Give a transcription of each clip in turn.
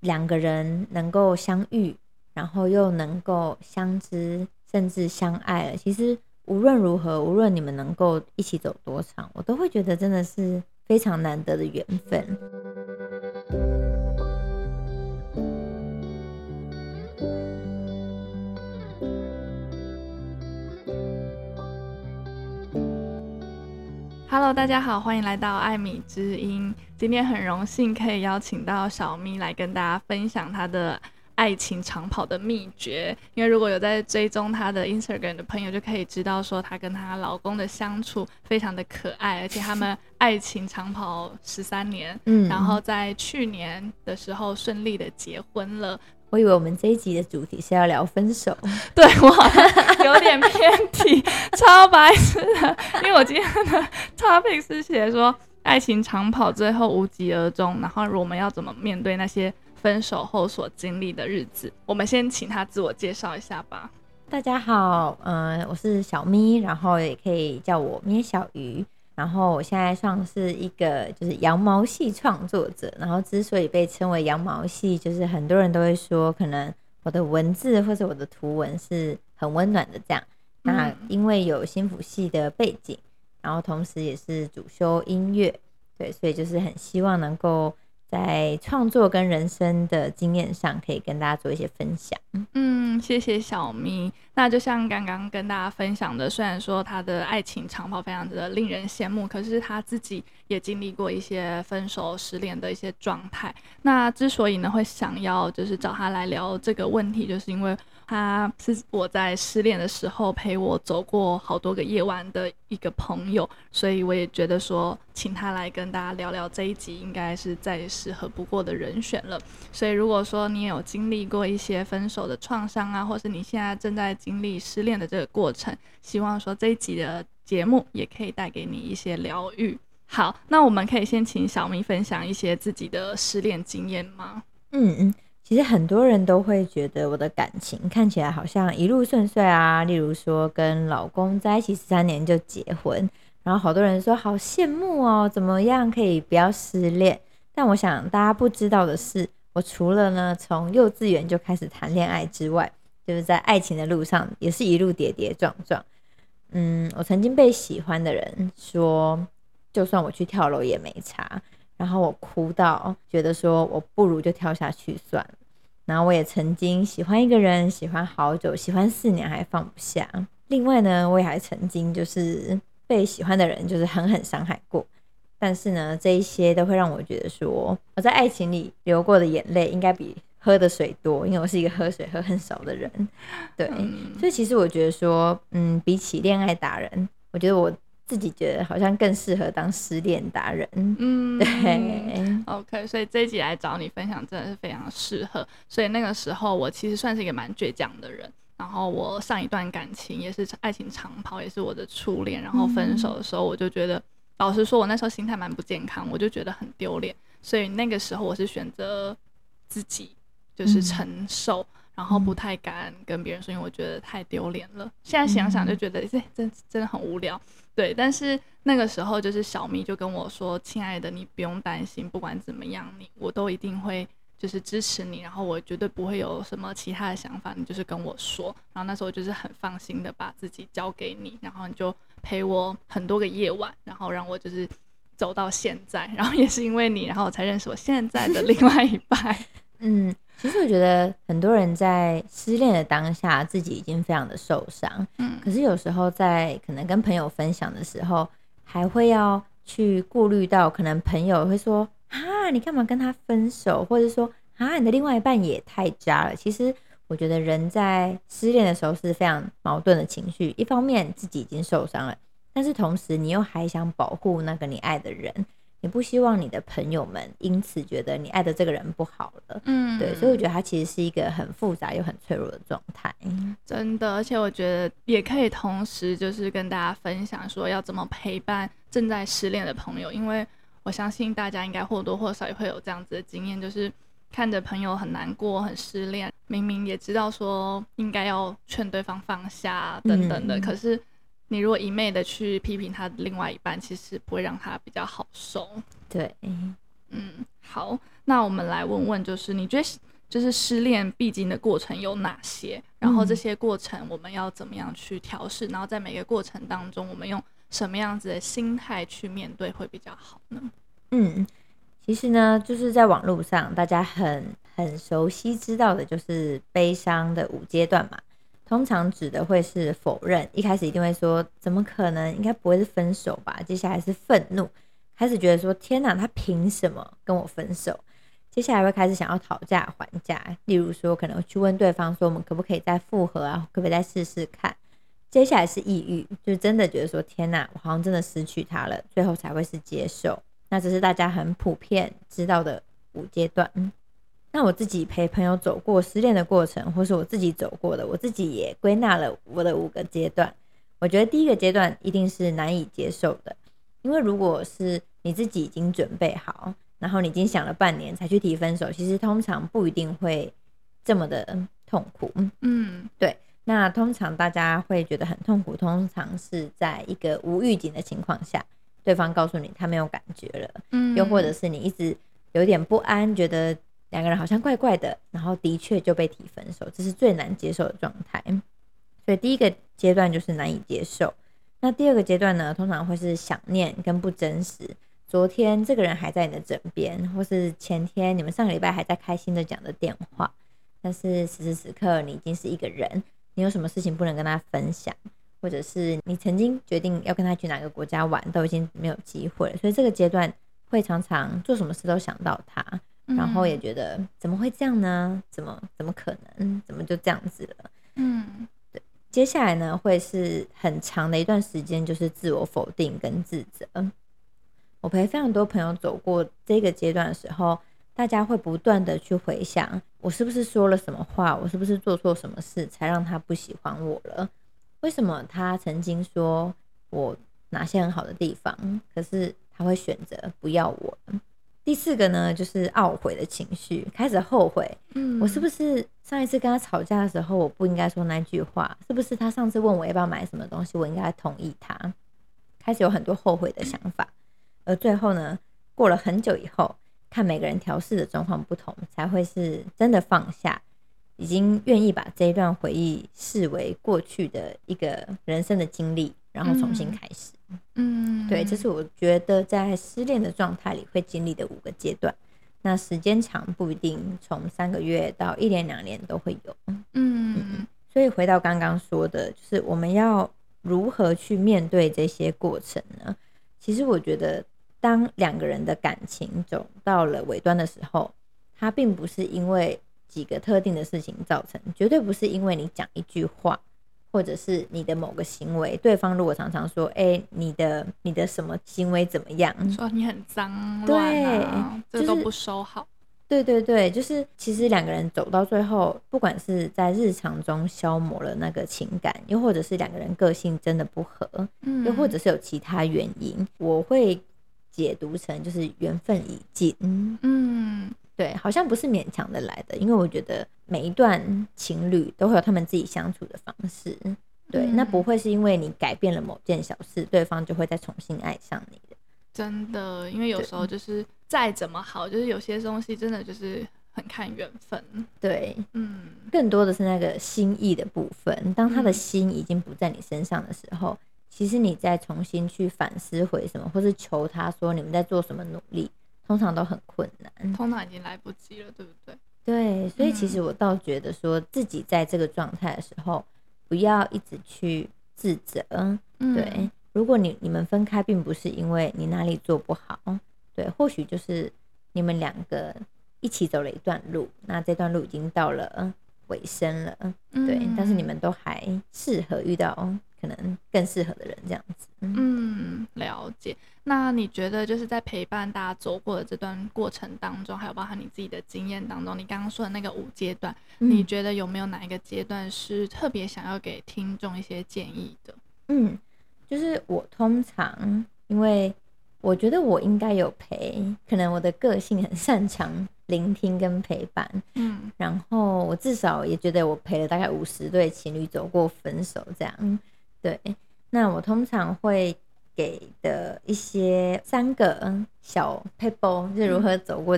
两个人能够相遇，然后又能够相知甚至相爱了，其实无论如何，无论你们能够一起走多长，我都会觉得真的是非常难得的缘分。 Hello， 大家好，欢迎来到艾米之音。今天很荣幸可以邀请到小咪来跟大家分享她的爱情长跑的秘诀。因为如果有在追踪她的 Instagram 的朋友，就可以知道说她跟她老公的相处非常的可爱，而且他们爱情长跑13年，然后在去年的时候顺利的结婚了。 我以为我们这一集的主题是要聊分手， 对，我好像有点偏题，超白痴的。因为我今天的 topic 是写说爱情长跑最后无疾而终，然后我们要怎么面对那些分手后所经历的日子。我们先请他自我介绍一下吧。 大家好，我是小咪，然后也可以叫我咩小鱼。然后我现在算是一个就是羊毛系创作者，然后之所以被称为羊毛系，就是很多人都会说可能我的文字或者我的图文是很温暖的这样。那因为有心辅系的背景，然后同时也是主修音乐，对，所以就是很希望能够在创作跟人生的经验上可以跟大家做一些分享。 谢谢小咪。那就像刚刚跟大家分享的，虽然说他的爱情长跑非常的令人羡慕，可是他自己也经历过一些分手失恋的一些状态。那之所以呢会想要就是找他来聊这个问题，就是因为他是我在失恋的时候陪我走过好多个夜晚的一个朋友，所以我也觉得说请他来跟大家聊聊这一集应该是再适合不过的人选了。所以如果说你也有经历过一些分手的创伤啊，或是你现在正在经历失恋的这个过程，希望说这一集的节目也可以带给你一些疗愈。好，那我们可以先请小咪分享一些自己的失恋经验吗？ 其实很多人都会觉得我的感情看起来好像一路顺遂啊，例如说跟老公在一起13年就结婚，然后好多人说好羡慕哦，怎么样可以不要失恋。但我想大家不知道的是，我除了呢从幼稚园就开始谈恋爱之外，就是在爱情的路上也是一路跌跌撞撞。我曾经被喜欢的人说就算我去跳楼也没差，然后我哭到觉得说我不如就跳下去算了。然后我也曾经喜欢一个人，喜欢好久，喜欢4年还放不下。另外呢，我也还曾经就是被喜欢的人就是狠狠伤害过。但是呢，这一些都会让我觉得说我在爱情里流过的眼泪应该比喝的水多，因为我是一个喝水喝很少的人。对，所以其实我觉得说比起恋爱达人，我觉得我自己觉得好像更适合当失恋达人。对 OK， 所以这一集来找你分享真的是非常适合。所以那个时候我其实算是一个蛮倔强的人，然后我上一段感情也是爱情长跑，也是我的初恋，然后分手的时候我就觉得老实说我那时候心态蛮不健康，我就觉得很丢脸，所以那个时候我是选择自己就是承受，然后不太敢跟别人说，因为我觉得太丢脸了。现在想想就觉得真的很无聊。对，但是那个时候就是小咪就跟我说，亲爱的，你不用担心，不管怎么样我都一定会就是支持你，然后我绝对不会有什么其他的想法，你就是跟我说。然后那时候就是很放心的把自己交给你，然后你就陪我很多个夜晚，然后让我就是走到现在，然后也是因为你，然后我才认识我现在的另外一半。 其实我觉得很多人在失恋的当下自己已经非常的受伤，可是有时候在可能跟朋友分享的时候还会要去顾虑到可能朋友会说啊你干嘛跟他分手，或者说啊你的另外一半也太渣了。其实我觉得人在失恋的时候是非常矛盾的情绪，一方面自己已经受伤了，但是同时你又还想保护那个你爱的人，你不希望你的朋友们因此觉得你爱的这个人不好了。对，所以我觉得它其实是一个很复杂又很脆弱的状态。 真的，而且我觉得也可以同时就是跟大家分享说要怎么陪伴正在失恋的朋友，因为我相信大家应该或多或少也会有这样子的经验，就是看着朋友很难过很失恋，明明也知道说应该要劝对方放下等等的，可是你如果一昧的去批评他的另外一半，其实不会让他比较好受。 对， 好，那我们来问问，就是你觉得就是失恋必经的过程有哪些？然后这些过程我们要怎么样去调试？然后在每个过程当中，我们用什么样子的心态去面对会比较好呢？ 其实呢，就是在网络上大家很熟悉知道的，就是悲伤的5阶段嘛。通常指的会是否认，一开始一定会说怎么可能，应该不会是分手吧？接下来是愤怒，开始觉得说天哪，他凭什么跟我分手？接下来会开始想要讨价还价，例如说可能去问对方说我们可不可以再复合啊，可不可以再试试看？接下来是抑郁，就是真的觉得说天哪，我好像真的失去他了，最后才会是接受。那这是大家很普遍知道的5阶段。那我自己陪朋友走过失恋的过程，或是我自己走过的，我自己也归纳了我的5个阶段。我觉得第一个阶段一定是难以接受的，因为如果是你自己已经准备好，然后你已经想了半年才去提分手，其实通常不一定会这么的痛苦。对。那通常大家会觉得很痛苦，通常是在一个无预警的情况下，对方告诉你他没有感觉了，又或者是你一直有点不安，觉得2个人好像怪怪的，然后的确就被提分手，这是最难接受的状态。所以第一个阶段就是难以接受。那第二个阶段呢，通常会是想念跟不真实。昨天这个人还在你的枕边，或是前天你们上个礼拜还在开心的讲的电话，但是此时此刻你已经是一个人，你有什么事情不能跟他分享，或者是你曾经决定要跟他去哪个国家玩，都已经没有机会了。所以这个阶段会常常做什么事都想到他，然后也觉得怎么会这样呢？怎么可能？怎么就这样子了？对。接下来呢，会是很长的一段时间，就是自我否定跟自责。我陪非常多朋友走过这个阶段的时候，大家会不断的去回想，我是不是说了什么话，我是不是做错什么事，才让他不喜欢我了？为什么他曾经说我哪些很好的地方，可是他会选择不要我了？第4个呢，就是懊悔的情绪，开始后悔，我是不是上一次跟他吵架的时候，我不应该说那句话？是不是他上次问我要不要买什么东西，我应该同意他？开始有很多后悔的想法。而最后呢，过了很久以后，看每个人调试的状况不同，才会是真的放下，已经愿意把这一段回忆视为过去的一个人生的经历，然后重新开始。对，这是我觉得在失恋的状态里会经历的5个阶段。那时间长不一定从3个月到1年2年都会有。所以回到刚刚说的，就是我们要如何去面对这些过程呢？其实我觉得当2个人的感情走到了尾端的时候，它并不是因为几个特定的事情造成，绝对不是因为你讲一句话，或者是你的某个行为，对方如果常常说你的什么行为怎么样， 说你很脏乱啊，这都不收好。 对对对，就是其实2个人走到最后，不管是在日常中消磨了那个情感，又或者是2个人个性真的不合，又或者是有其他原因，我会解读成就是缘分已尽。对，好像不是勉强的来的，因为我觉得每一段情侣都会有他们自己相处的方式。对，那不会是因为你改变了某件小事，对方就会再重新爱上你的。 真的，因为有时候就是再怎么好，就是有些东西真的就是很看缘分。 对，更多的是那个心意的部分。当他的心已经不在你身上的时候，其实你再重新去反思回什么，或是求他说你们在做什么努力，通常都很困难， 通常已经来不及了，对不对？ 对，所以其实我倒觉得说自己在这个状态的时候，不要一直去自责。对。如果你们分开并不是因为你哪里做不好，对，或许就是你们2个一起走了一段路，那这段路已经到了尾声了，对，但是你们都还适合遇到可能更适合的人，这样子。 了解。那你觉得就是在陪伴大家走过的这段过程当中，还有包含你自己的经验当中，你刚刚说的那个5阶段，你觉得有没有哪一个阶段是特别想要给听众一些建议的？ 就是我通常，因为我觉得我应该有陪，可能我的个性很擅长聆听跟陪伴，然后我至少也觉得我陪了大概50对情侣走过分手这样。对，那我通常会给的一些3个小撇步，就是如何走过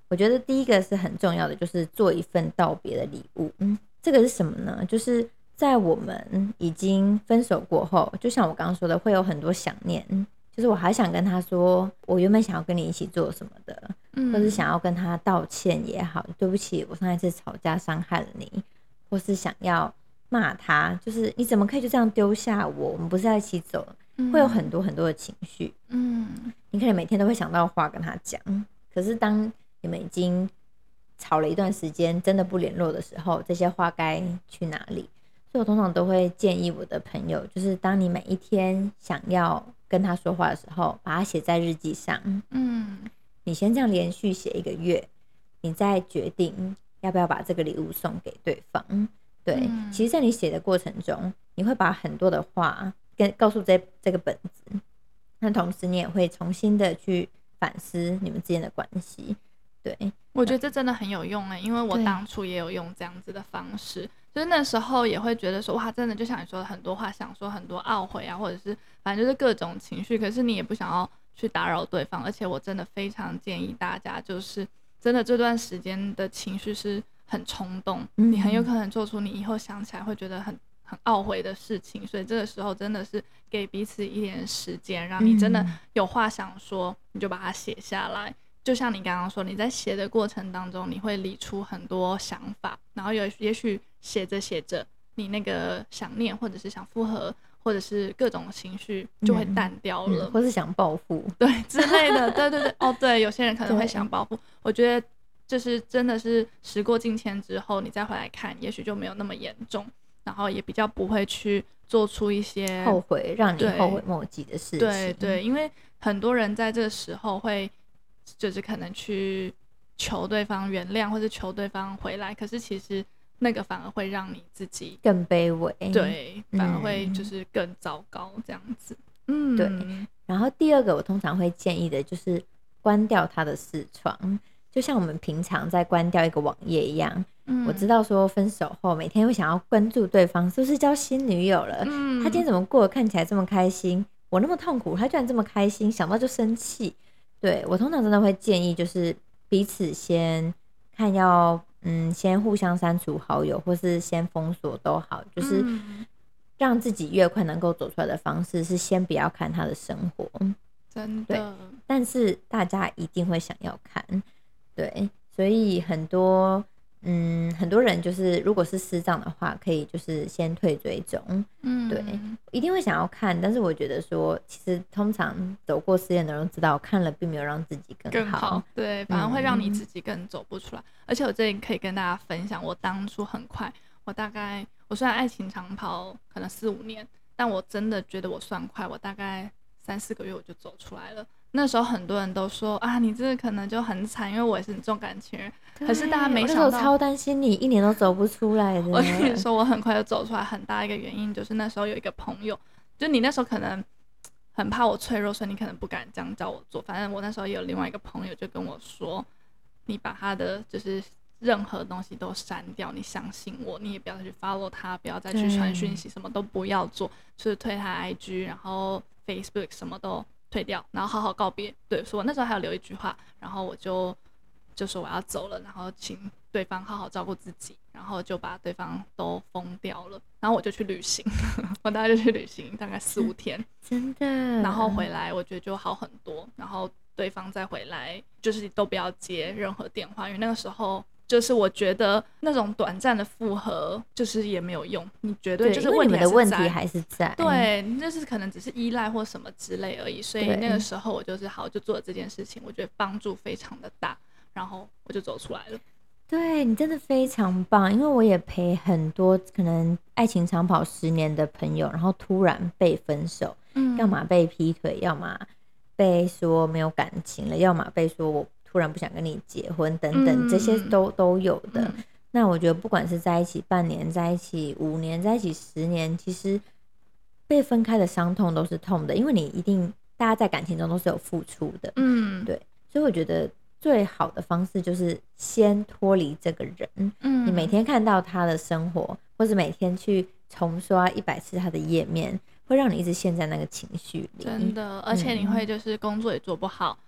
我觉得第一个是很重要的，就是做一份道别的礼物。这个是什么呢？就是在我们已经分手过后，就像我刚刚说的，会有很多想念，就是我还想跟他说，我原本想要跟你一起做什么的，或是想要跟他道歉也好，对不起，我上一次吵架伤害了你，或是想要骂他，就是你怎么可以就这样丢下我？我们不是要一起走？会有很多很多的情绪。你可能每天都会想到话跟他讲，可是当你们已经吵了一段时间，真的不联络的时候，这些话该去哪里？所以我通常都会建议我的朋友，就是当你每一天想要跟他说话的时候，把它写在日记上。你先这样连续写1个月，你再决定要不要把这个礼物送给对方。对，其实在你写的过程中，你会把很多的话告诉这个本子，那同时你也会重新的去反思你们之间的关系。对， 我觉得这真的很有用因为我当初也有用这样子的方式，就是那时候也会觉得说，哇，真的就像你说的，很多话想说，很多懊悔啊，或者是反正就是各种情绪，可是你也不想要去打扰对方，而且我真的非常建议大家，就是真的这段时间的情绪是很冲动，你很有可能做出你以后想起来会觉得很懊悔的事情，所以这个时候真的是给彼此一点时间，让你真的有话想说，你就把它写下来。就像你刚刚说，你在写的过程当中，你会理出很多想法，然后也许写着写着，你那个想念或者是想复合，或者是各种情绪就会淡掉了， 或是想报复， 对之类的。对对对，对，有些人可能会想报复。我觉得就是真的是时过境迁之后，你再回来看，也许就没有那么严重，然后也比较不会去做出一些后悔让你后悔莫及的事情。 对对，因为很多人在这个时候会就是可能去求对方原谅，或是求对方回来，可是其实那个反而会让你自己更卑微， 对，反而会就是更糟糕这样子。 对。然后第二个我通常会建议的就是关掉他的视窗，就像我们平常在关掉一个网页一样。我知道说分手后每天会想要关注对方是不是交新女友了，他今天怎么过得看起来这么开心，我那么痛苦他居然这么开心，想到就生气。对，我通常真的会建议就是彼此先看要先互相删除好友，或是先封锁都好，就是让自己越快能够走出来的方式是先不要看他的生活。 真的， 但是大家一定会想要看。对，所以很多人就是如果是私账的话，可以就是先退追踪。对，一定会想要看，但是我觉得说其实通常走过失恋的人都知道看了并没有让自己更好。 对，反而会让你自己更走不出来。而且我这里可以跟大家分享，我当初很快，我虽然爱情长跑可能4-5年，但我真的觉得我算快，我大概3-4个月我就走出来了。那时候很多人都说啊，你这个可能就很惨，因为我也是很重感情人。可是大家没想到， 我那时候超担心你1年都走不出来的。 我跟你说，我很快就走出来，很大一个原因就是那时候有一个朋友，就你那时候可能很怕我脆弱，所以你可能不敢这样叫我做。反正我那时候也有另外一个朋友就跟我说，你把他的就是任何东西都删掉，你相信我，你也不要再去 follow 他，不要再去传讯息，什么都不要做，就是退他 IG， 然后 Facebook 什么都退掉，然后好好告别。对，所以我那时候还有留一句话，然后我就说我要走了，然后请对方好好照顾自己，然后就把对方都封掉了，然后我就去旅行我大概就去旅行大概4-5天， 真的， 然后回来我觉得就好很多，然后对方再回来就是都不要接任何电话，因为那个时候就是我觉得那种短暂的复合就是也没有用，你绝对就是问题还是在，因为你们的问题还是在，对，就是可能只是依赖或什么之类而已，所以那个时候我就是就做了这件事情，我觉得帮助非常的大，然后我就走出来了。 对，你真的非常棒，因为我也陪很多可能爱情长跑10年的朋友，然后突然被分手，要么被劈腿，要么被说没有感情了，要么被说我突然不想跟你结婚等等，这些都有的。那我觉得不管是在一起半年，在一起5年，在一起10年，其实被分开的伤痛都是痛的，因为你一定大家在感情中都是有付出的，对，所以我觉得最好的方式就是先脱离这个人，你每天看到他的生活，或者每天去重刷100次他的页面，会让你一直陷在那个情绪里， 真的，而且你会就是工作也做不好，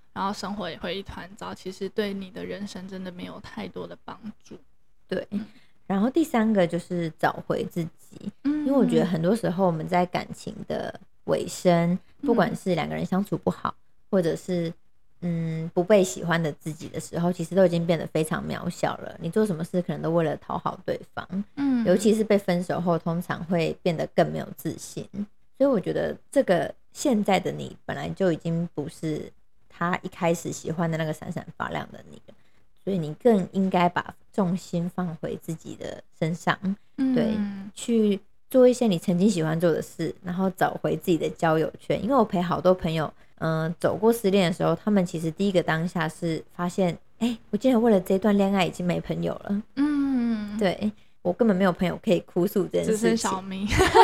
然后生活也会一团糟，其实对你的人生真的没有太多的帮助。 对，然后第三个就是找回自己，因为我觉得很多时候我们在感情的尾声，不管是两个人相处不好，或者是不被喜欢的自己的时候，其实都已经变得非常渺小了。你做什么事可能都为了讨好对方，尤其是被分手后，通常会变得更没有自信。所以我觉得这个现在的你本来就已经不是他一开始喜欢的那个闪闪发亮的你了，所以你更应该把重心放回自己的身上，对，去做一些你曾经喜欢做的事，然后找回自己的交友圈。因为我陪好多朋友走过失恋的时候，他们其实第一个当下是发现我竟然为了这段恋爱已经没朋友了，对，我根本没有朋友可以哭诉这件事情， 只剩小咪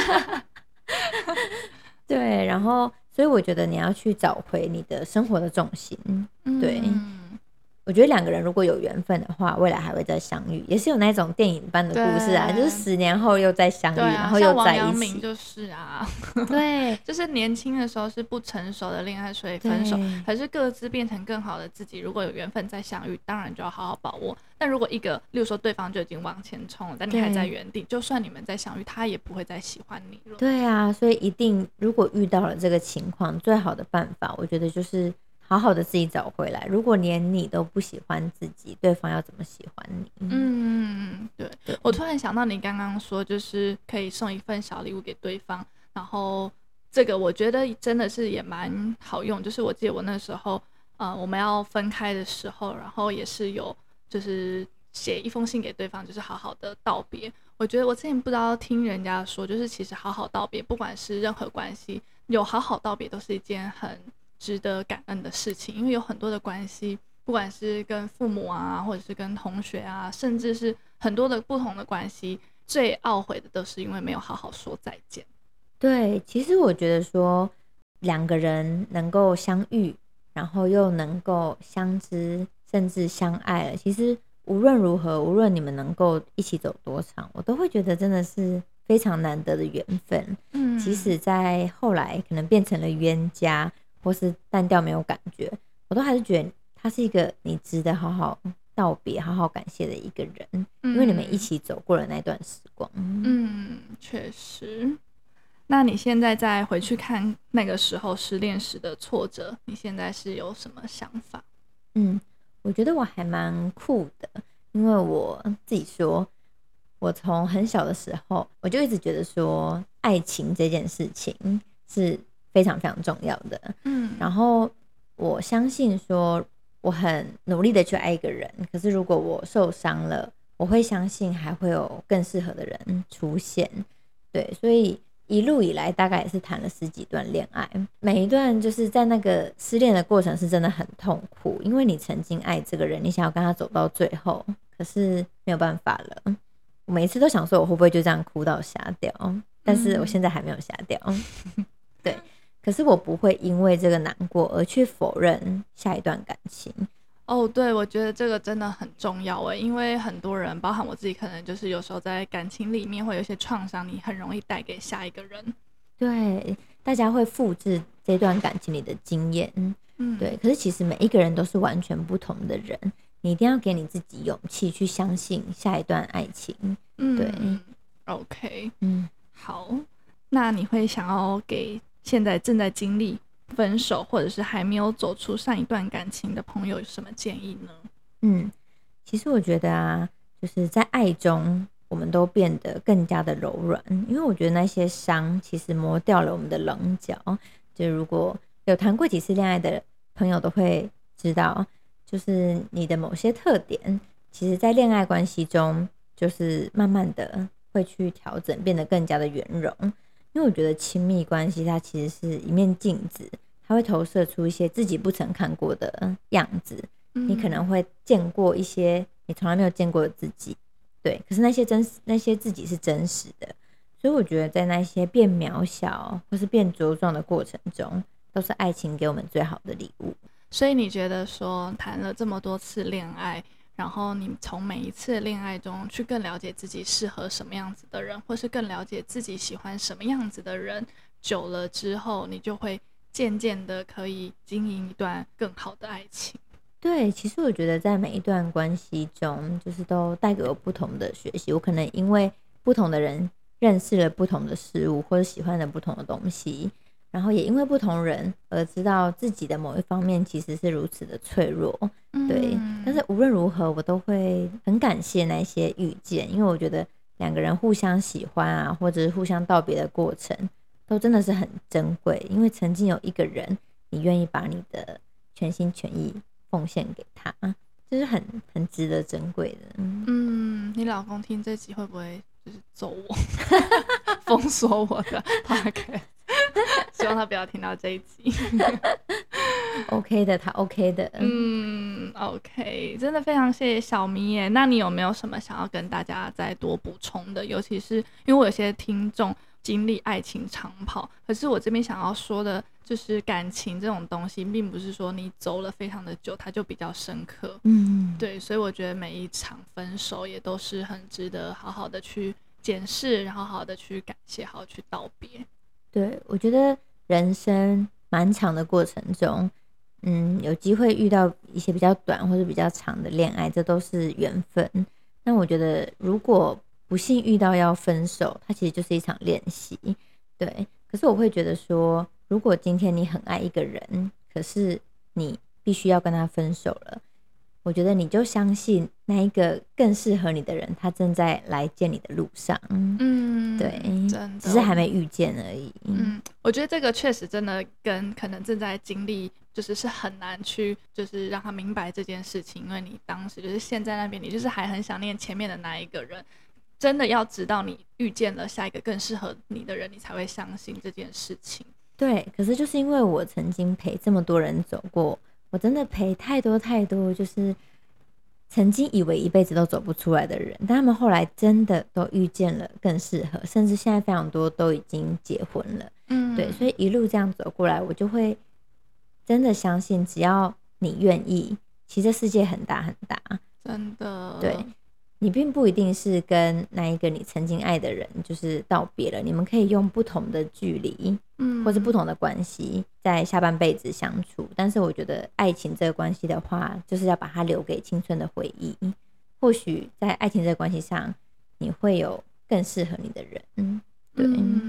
对，然后所以我觉得你要去找回你的生活的重心，对，我觉得两个人如果有缘分的话，未来还会再相遇，也是有那种电影般的故事啊，就是10年后又再相遇，然后又在一起。像王阳明就是啊， 对， 就是年轻的时候是不成熟的恋爱，所以分手，可是各自变成更好的自己。如果有缘分再相遇，当然就要好好把握。但如果一个，例如说对方就已经往前冲了，但你还在原地，就算你们再相遇，他也不会再喜欢你了。 对啊，所以一定如果遇到了这个情况，最好的办法，我觉得就是好好的自己找回来。如果连你都不喜欢自己，对方要怎么喜欢你？ 对，我突然想到你刚刚说就是可以送一份小礼物给对方，然后这个我觉得真的是也蛮好用。就是我记得我那时候我们要分开的时候，然后也是有就是写一封信给对方，就是好好的道别。我觉得我之前不知道听人家说，就是其实好好道别，不管是任何关系，有好好道别都是一件很值得感恩的事情。因为有很多的关系，不管是跟父母啊，或者是跟同学啊，甚至是很多的不同的关系，最懊悔的都是因为没有好好说再见。 对，其实我觉得说两个人能够相遇，然后又能够相知，甚至相爱了，其实无论如何，无论你们能够一起走多长，我都会觉得真的是非常难得的缘分。即使在后来可能变成了冤家，或是淡掉没有感觉，我都还是觉得他是一个你值得好好道别、好好感谢的一个人，因为你们一起走过了那段时光。 确实。那你现在再回去看那个时候失恋时的挫折，你现在是有什么想法？ 我觉得我还蛮酷的，因为我自己说，我从很小的时候我就一直觉得说，爱情这件事情是非常非常重要的。然后我相信说，我很努力的去爱一个人，可是如果我受伤了，我会相信还会有更适合的人出现。对，所以一路以来大概也是谈了10几段恋爱，每一段就是在那个失恋的过程是真的很痛苦，因为你曾经爱这个人，你想要跟他走到最后，可是没有办法了。我每一次都想说我会不会就这样哭到瞎掉，但是我现在还没有瞎掉。对，可是我不会因为这个难过而去否认下一段感情。 对，我觉得这个真的很重要耶，因为很多人，包含我自己，可能就是有时候在感情里面会有一些创伤，你很容易带给下一个人。 对，大家会复制这段感情里的经验。对，可是其实每一个人都是完全不同的人，你一定要给你自己勇气去相信下一段爱情。对 ，OK，好，那你会想要给现在正在经历分手或者是还没有走出上一段感情的朋友有什么建议呢？ 其实我觉得啊，就是在爱中我们都变得更加的柔软，因为我觉得那些伤其实磨掉了我们的棱角。就如果有谈过几次恋爱的朋友都会知道，就是你的某些特点其实在恋爱关系中就是慢慢的会去调整，变得更加的圆融。因为我觉得亲密关系它其实是一面镜子，它会投射出一些自己不曾看过的样子。你可能会见过一些你从来没有见过的自己，对，可是那些自己是真实的。所以我觉得在那些变渺小或是变茁壮的过程中，都是爱情给我们最好的礼物。 所以你觉得说谈了这么多次恋爱，然后你从每一次恋爱中去更了解自己适合什么样子的人，或是更了解自己喜欢什么样子的人，久了之后你就会渐渐的可以经营一段更好的爱情。 对，其实我觉得在每一段关系中，就是都带给我不同的学习。我可能因为不同的人认识了不同的事物，或者喜欢了不同的东西，然后也因为不同人而知道自己的某一方面其实是如此的脆弱。对，但是无论如何，我都会很感谢那些遇见，因为我觉得两个人互相喜欢啊，或者是互相道别的过程，都真的是很珍贵。因为曾经有一个人，你愿意把你的全心全意奉献给他，这是很值得珍贵的。 你老公听这集会不会就是揍我，封锁我的 podcast？ 希望他不要听到这一集。 OK 的，他 OK 的。 OK， 真的非常谢谢小咪耶。那你有没有什么想要跟大家再多补充的？尤其是因为我有些听众经历爱情长跑，可是我这边想要说的就是感情这种东西并不是说你走了非常的久它就比较深刻。对，所以我觉得每一场分手也都是很值得好好的去检视，然后好好的去感谢，好好去道别。对， 我觉得人生蛮长的过程中，有机会遇到一些比较短或者比较长的恋爱，这都是缘分。那我觉得如果不幸遇到要分手，它其实就是一场练习。对，可是我会觉得说，如果今天你很爱一个人，可是你必须要跟他分手了，我觉得你就相信那一个更适合你的人，他正在来见你的路上。对，真的只是还没遇见而已。 我觉得这个确实真的跟可能正在经历是很难去就是让他明白这件事情，因为你当时就是现在那边你就是还很想念前面的那一个人，真的要直到你遇见了下一个更适合你的人，你才会相信这件事情。 对，可是就是因为我曾经陪这么多人走过，我真的陪太多就是曾经以为一辈子都走不出来的人，但他们后来真的都遇见了更适合，甚至现在非常多都已经结婚了。对，所以一路这样走过来，我就会真的相信，只要你愿意，其实这世界很大很大， 真的。 对，你并不一定是跟那一个你曾经爱的人就是道别了，你们可以用不同的距离，或是不同的关系在下半辈子相处。但是我觉得爱情这个关系的话，就是要把它留给青春的回忆。或许在爱情这个关系上，你会有更适合你的人。对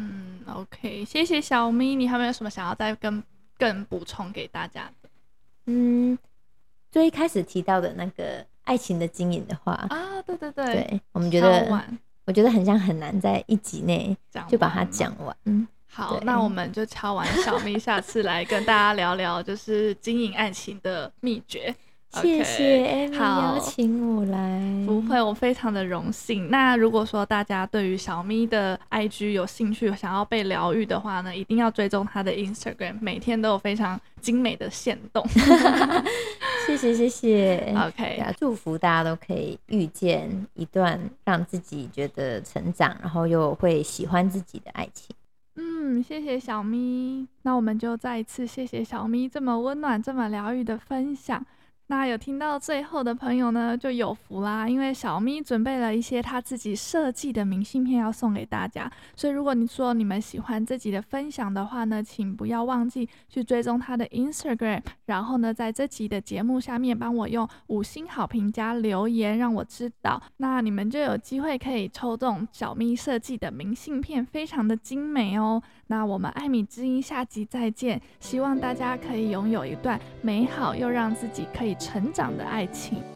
，OK， 谢谢小咪，你还有没有什么想要再更补充给大家的？ 最一开始提到的那个爱情的经营的话啊，对， 我们觉得我觉得很难在一集内就把它讲完。 好，那我们就敲完小咪，下次来跟大家聊聊就是经营爱情的秘诀。 谢谢 Amy 邀请我来。 不会，我非常的荣幸。那如果说大家对于小咪的 IG 有兴趣，想要被疗愈的话呢，一定要追踪她的 Instagram， 每天都有非常精美的限动。 谢谢 OK， 祝福大家都可以遇见一段让自己觉得成长，然后又会喜欢自己的爱情。 谢谢小咪。那我们就再一次谢谢小咪这么温暖这么疗愈的分享。那有听到最后的朋友呢，就有福啦，因为小咪准备了一些她自己设计的明信片要送给大家，所以如果你说你们喜欢自己的分享的话呢，请不要忘记去追踪她的 Instagram， 然后呢，在这集的节目下面帮我用5星好评加留言，让我知道，那你们就有机会可以抽中小咪设计的明信片，非常的精美哦。那我们艾米之音下集再见，希望大家可以拥有一段美好又让自己可以成长的爱情。